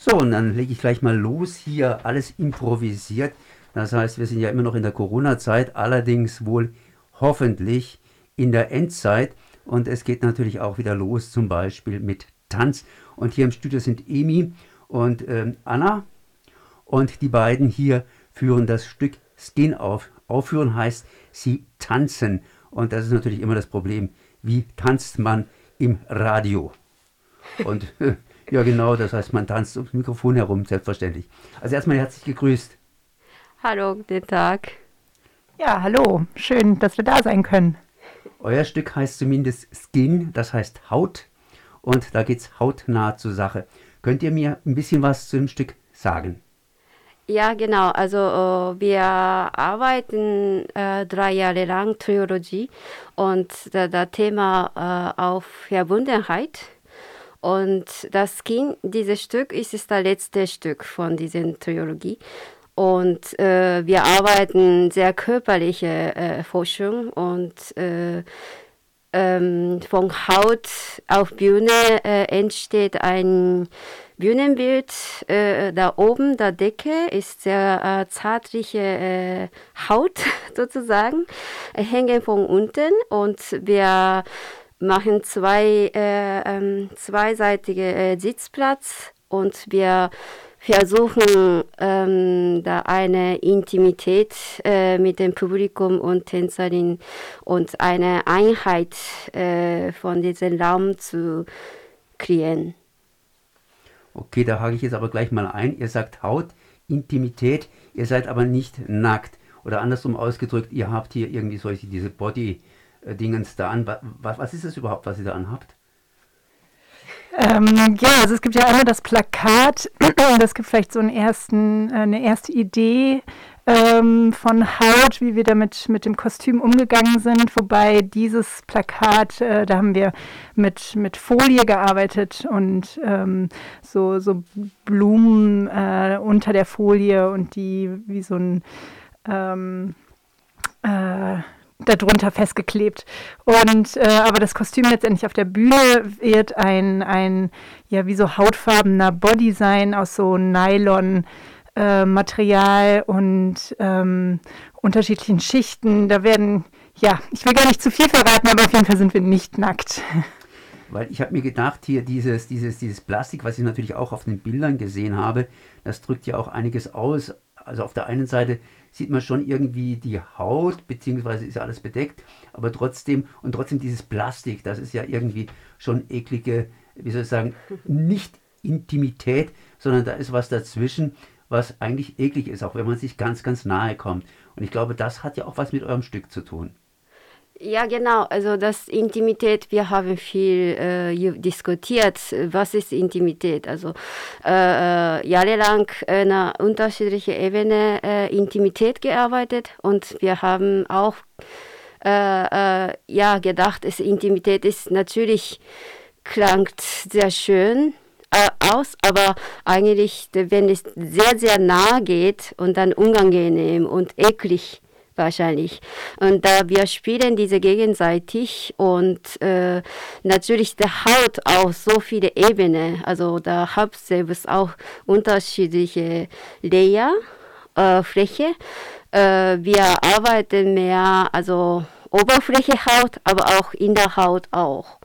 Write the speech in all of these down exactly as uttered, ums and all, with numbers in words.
So, und dann lege ich gleich mal los hier, alles improvisiert. Das heißt, wir sind ja immer noch in der Corona-Zeit, allerdings wohl hoffentlich in der Endzeit. Und es geht natürlich auch wieder los, zum Beispiel mit Tanz. Und hier im Studio sind Emi und ähm, Anna. Und die beiden hier führen das Stück Skin auf. Aufführen heißt, sie tanzen. Und das ist natürlich immer das Problem. Wie tanzt man im Radio? Und äh, ja genau, das heißt, man tanzt ums Mikrofon herum, selbstverständlich. Also erstmal herzlich gegrüßt. Hallo, guten Tag. Ja, hallo. Schön, dass wir da sein können. Euer Stück heißt zumindest Skin, das heißt Haut. Und da geht es hautnah zur Sache. Könnt ihr mir ein bisschen was zu dem Stück sagen? Ja, genau. Also äh, wir arbeiten äh, drei Jahre lang Trilogie und da, das Thema äh, auf Verbundenheit. Und das Skin, dieses Stück, ist, ist das letzte Stück von dieser Trilogie. Und äh, wir arbeiten sehr körperliche äh, Forschung und äh, ähm, von Haut auf Bühne äh, entsteht ein Bühnenbild. Äh, da oben, der Decke, ist sehr äh, zärtliche äh, Haut sozusagen, äh, hängen von unten und wir machen zwei äh, ähm, zweiseitige äh, Sitzplatz und wir versuchen ähm, da eine Intimität äh, mit dem Publikum und Tänzerin und eine Einheit äh, von diesem Raum zu kreieren. Okay, da hake ich jetzt aber gleich mal ein. Ihr sagt Haut, Intimität, ihr seid aber nicht nackt. Oder andersrum ausgedrückt, ihr habt hier irgendwie solche, diese Body-Dingens da an. Was, was ist das überhaupt, was ihr da anhabt? Ähm, ja, also es gibt ja einmal das Plakat, das gibt vielleicht so einen ersten, eine erste Idee ähm, von Haut, wie wir damit mit dem Kostüm umgegangen sind, wobei dieses Plakat, äh, da haben wir mit, mit Folie gearbeitet und ähm, so, so Blumen äh, unter der Folie und die wie so ein ähm, äh, darunter festgeklebt. Und äh, aber das Kostüm letztendlich auf der Bühne wird ein, ein ja wie so hautfarbener Body sein aus so Nylon äh, Material und ähm, unterschiedlichen Schichten. Da werden, ja, ich will gar nicht zu viel verraten, aber auf jeden Fall sind wir nicht nackt. Weil ich habe mir gedacht, hier dieses, dieses, dieses Plastik, was ich natürlich auch auf den Bildern gesehen habe, das drückt ja auch einiges aus. Also auf der einen Seite sieht man schon irgendwie die Haut, beziehungsweise ist ja alles bedeckt, aber trotzdem, und trotzdem dieses Plastik, das ist ja irgendwie schon eklige, wie soll ich sagen, nicht Intimität, sondern da ist was dazwischen, was eigentlich eklig ist, auch wenn man sich ganz, ganz nahe kommt. Und ich glaube, das hat ja auch was mit eurem Stück zu tun. Ja, genau. Also das Intimität, wir haben viel äh, diskutiert. Was ist Intimität? Also äh, jahrelang eine unterschiedliche Ebene äh, Intimität gearbeitet und wir haben auch äh, äh, ja gedacht, es, Intimität ist natürlich klingt sehr schön äh, aus, aber eigentlich, wenn es sehr, sehr nah geht und dann unangenehm und eklig wahrscheinlich. Und da wir spielen diese gegenseitig und äh, natürlich der Haut auch so viele Ebenen. Also der Haut selbst auch unterschiedliche Layer, äh, Fläche. Äh, wir arbeiten mehr, also Oberfläche Haut, aber auch in der Haut auch.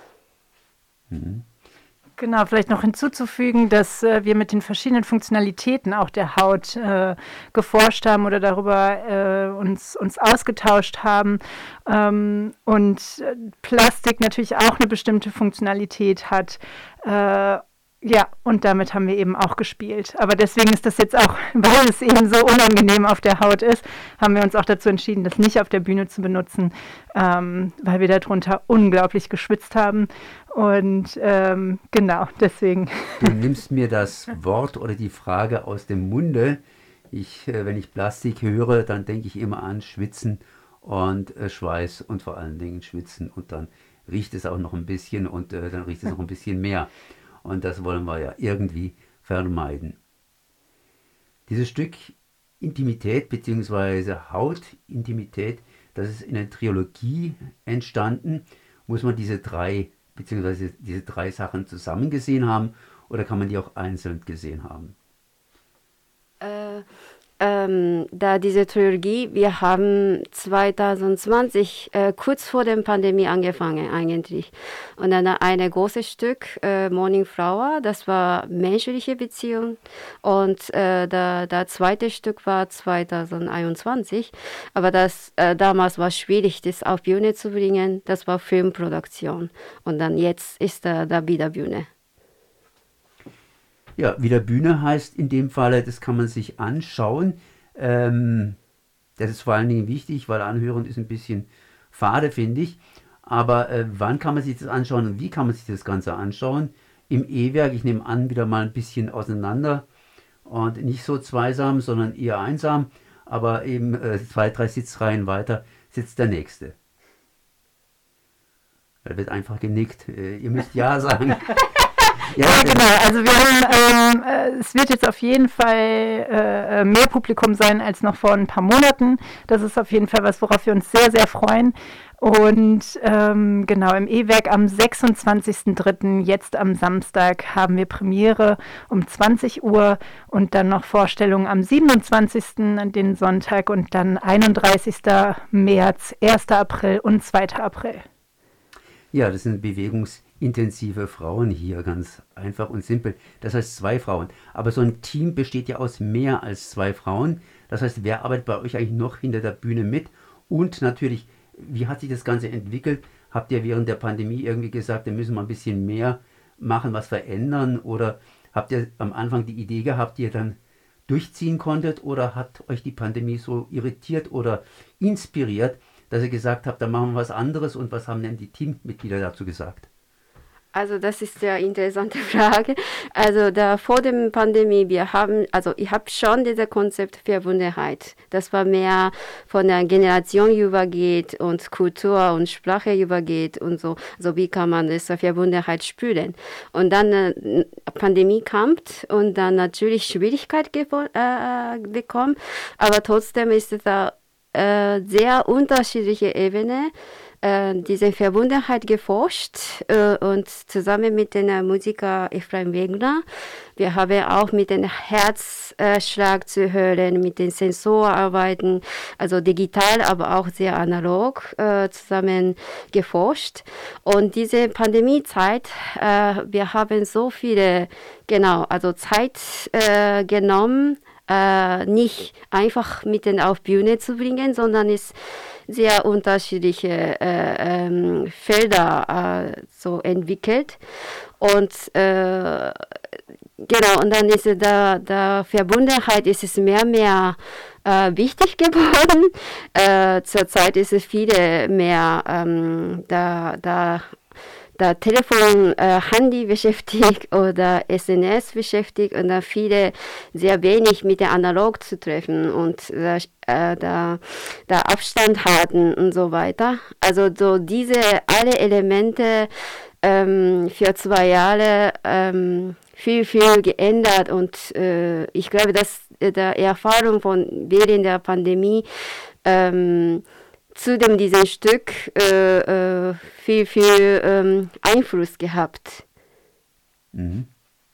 Mhm. Genau, vielleicht noch hinzuzufügen, dass äh, wir mit den verschiedenen Funktionalitäten auch der Haut äh, geforscht haben oder darüber äh, uns, uns ausgetauscht haben. Ähm, und äh, Plastik natürlich auch eine bestimmte Funktionalität hat. Äh, ja, und damit haben wir eben auch gespielt. Aber deswegen ist das jetzt auch, weil es eben so unangenehm auf der Haut ist, haben wir uns auch dazu entschieden, das nicht auf der Bühne zu benutzen, ähm, weil wir darunter unglaublich geschwitzt haben. Und ähm, genau, deswegen. Du nimmst mir das Wort oder die Frage aus dem Munde. Ich, äh, wenn ich Plastik höre, dann denke ich immer an Schwitzen und äh, Schweiß und vor allen Dingen Schwitzen. Und dann riecht es auch noch ein bisschen und äh, dann riecht es noch ein bisschen mehr. Und das wollen wir ja irgendwie vermeiden. Dieses Stück Intimität bzw. Hautintimität, das ist in der Trilogie entstanden, muss man diese drei bzw. diese drei Sachen zusammen gesehen haben oder kann man die auch einzeln gesehen haben? Äh, ähm, da diese Trilogie, wir haben zwanzig zwanzig äh, kurz vor der Pandemie angefangen eigentlich. Und dann ein großes Stück, äh, Morning Flower, das war menschliche Beziehung. Und äh, der, der zweite Stück war zwanzig einundzwanzig. Aber das äh, damals war schwierig, das auf Bühne zu bringen. Das war Filmproduktion. Und dann jetzt ist da, da wieder Bühne. Ja, wieder Bühne heißt in dem Falle, das kann man sich anschauen. Ähm, das ist vor allen Dingen wichtig, weil anhören ist ein bisschen fade, finde ich. Aber äh, wann kann man sich das anschauen und wie kann man sich das Ganze anschauen? Im E-Werk, ich nehme an, wieder mal ein bisschen auseinander und nicht so zweisam, sondern eher einsam. Aber eben äh, zwei, drei Sitzreihen weiter sitzt der Nächste. Da wird einfach genickt. Äh, ihr müsst Ja sagen. Ja, ja, genau. Also wir haben, ähm, äh, es wird jetzt auf jeden Fall äh, mehr Publikum sein als noch vor ein paar Monaten. Das ist auf jeden Fall was, worauf wir uns sehr, sehr freuen. Und ähm, genau, im E-Werk am sechsundzwanzigsten dritten, jetzt am Samstag, haben wir Premiere um zwanzig Uhr und dann noch Vorstellungen am siebenundzwanzigsten an den Sonntag und dann einunddreißigsten März, ersten April und zweiten April. Ja, das sind bewegungsintensive Frauen hier, ganz einfach und simpel. Das heißt zwei Frauen. Aber so ein Team besteht ja aus mehr als zwei Frauen. Das heißt, wer arbeitet bei euch eigentlich noch hinter der Bühne mit? Und natürlich, wie hat sich das Ganze entwickelt? Habt ihr während der Pandemie irgendwie gesagt, wir müssen mal ein bisschen mehr machen, was verändern? Oder habt ihr am Anfang die Idee gehabt, die ihr dann durchziehen konntet? Oder hat euch die Pandemie so irritiert oder inspiriert, dass ihr gesagt habt, da machen wir was anderes, und was haben denn die Teammitglieder dazu gesagt? Also das ist eine interessante Frage. Also da vor der Pandemie, wir haben, also ich habe schon dieses Konzept Verbundenheit. Das war mehr von der Generation übergeht und Kultur und Sprache übergeht und so. Also wie kann man diese Verbundenheit spüren? Und dann äh, Pandemie kam und dann natürlich Schwierigkeit äh, bekommen, aber trotzdem ist es da äh, sehr unterschiedliche Ebene. Diese Verbundenheit geforscht äh, und zusammen mit dem Musiker Ephraim Wegner. Wir haben auch mit dem Herzschlag zu hören, mit den Sensoren arbeiten, also digital, aber auch sehr analog äh, zusammen geforscht. Und diese Pandemiezeit, äh, wir haben so viele, genau, also Zeit äh, genommen, äh, nicht einfach mit den auf Bühne zu bringen, sondern ist sehr unterschiedliche äh, ähm, Felder äh, so entwickelt. Und äh, genau, und dann ist es da, da Verbundenheit ist es mehr und mehr äh, wichtig geworden. Äh, zurzeit ist es viele mehr ähm, da, da da Telefon, äh, Handy beschäftigt oder S N S beschäftigt und da viele sehr wenig mit der Analog zu treffen und äh, da, da Abstand halten und so weiter. Also so diese alle Elemente ähm, für zwei Jahre ähm, viel, viel geändert und äh, ich glaube, dass äh, der Erfahrung von während der Pandemie ähm, zu dem diesem Stück äh, äh, viel, viel ähm, Einfluss gehabt. Mhm.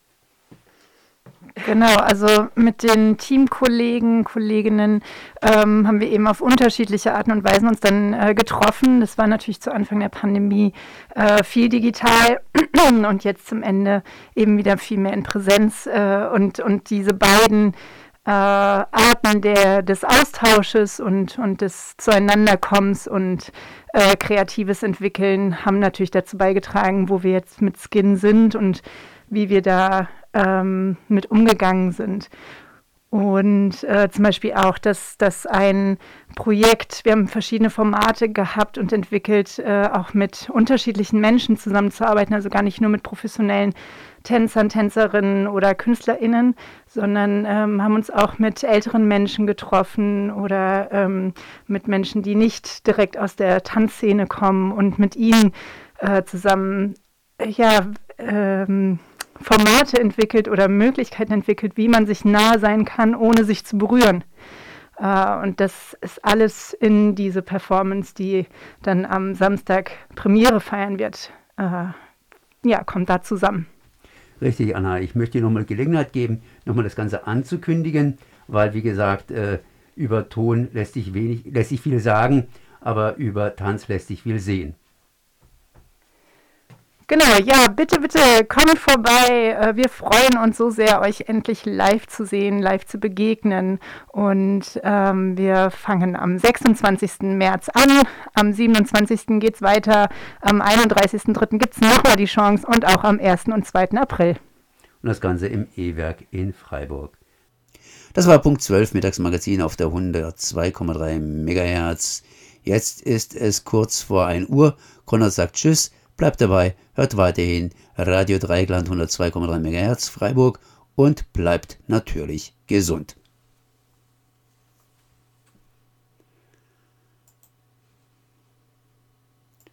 Genau, also mit den Teamkollegen, Kolleginnen ähm, haben wir eben auf unterschiedliche Arten und Weisen uns dann äh, getroffen. Das war natürlich zu Anfang der Pandemie äh, viel digital und jetzt zum Ende eben wieder viel mehr in Präsenz. Äh, und, und diese beiden äh, Arten der, des Austausches und, und des Zueinanderkommens und äh, kreatives Entwickeln haben natürlich dazu beigetragen, wo wir jetzt mit Skin sind und wie wir da ähm, mit umgegangen sind. Und äh, zum Beispiel auch, dass, dass ein Projekt, wir haben verschiedene Formate gehabt und entwickelt, äh, auch mit unterschiedlichen Menschen zusammenzuarbeiten, also gar nicht nur mit professionellen Tänzern, Tänzerinnen oder KünstlerInnen, sondern ähm, haben uns auch mit älteren Menschen getroffen oder ähm, mit Menschen, die nicht direkt aus der Tanzszene kommen und mit ihnen äh, zusammen, ja, ähm, Formate entwickelt oder Möglichkeiten entwickelt, wie man sich nahe sein kann, ohne sich zu berühren. Äh, und das ist alles in diese Performance, die dann am Samstag Premiere feiern wird. Äh, ja, kommt da zusammen. Richtig, Anna. Ich möchte dir nochmal Gelegenheit geben, nochmal das Ganze anzukündigen, weil, wie gesagt, äh, über Ton lässt sich wenig, lässt sich viel sagen, aber über Tanz lässt sich viel sehen. Genau, ja, bitte, bitte kommt vorbei. Wir freuen uns so sehr, euch endlich live zu sehen, live zu begegnen. Und ähm, wir fangen am sechsundzwanzigsten März an, am siebenundzwanzigsten geht es weiter, am einunddreißigsten dritten gibt es nochmal die Chance und auch am ersten und zweiten April. Und das Ganze im E-Werk in Freiburg. Das war Punkt zwölf, Mittagsmagazin auf der hundertzwei Komma drei Megahertz. Jetzt ist es kurz vor ein Uhr. Konrad sagt Tschüss. Bleibt dabei, hört weiterhin Radio Dreieckland hundertzwei Komma drei Megahertz Freiburg und bleibt natürlich gesund.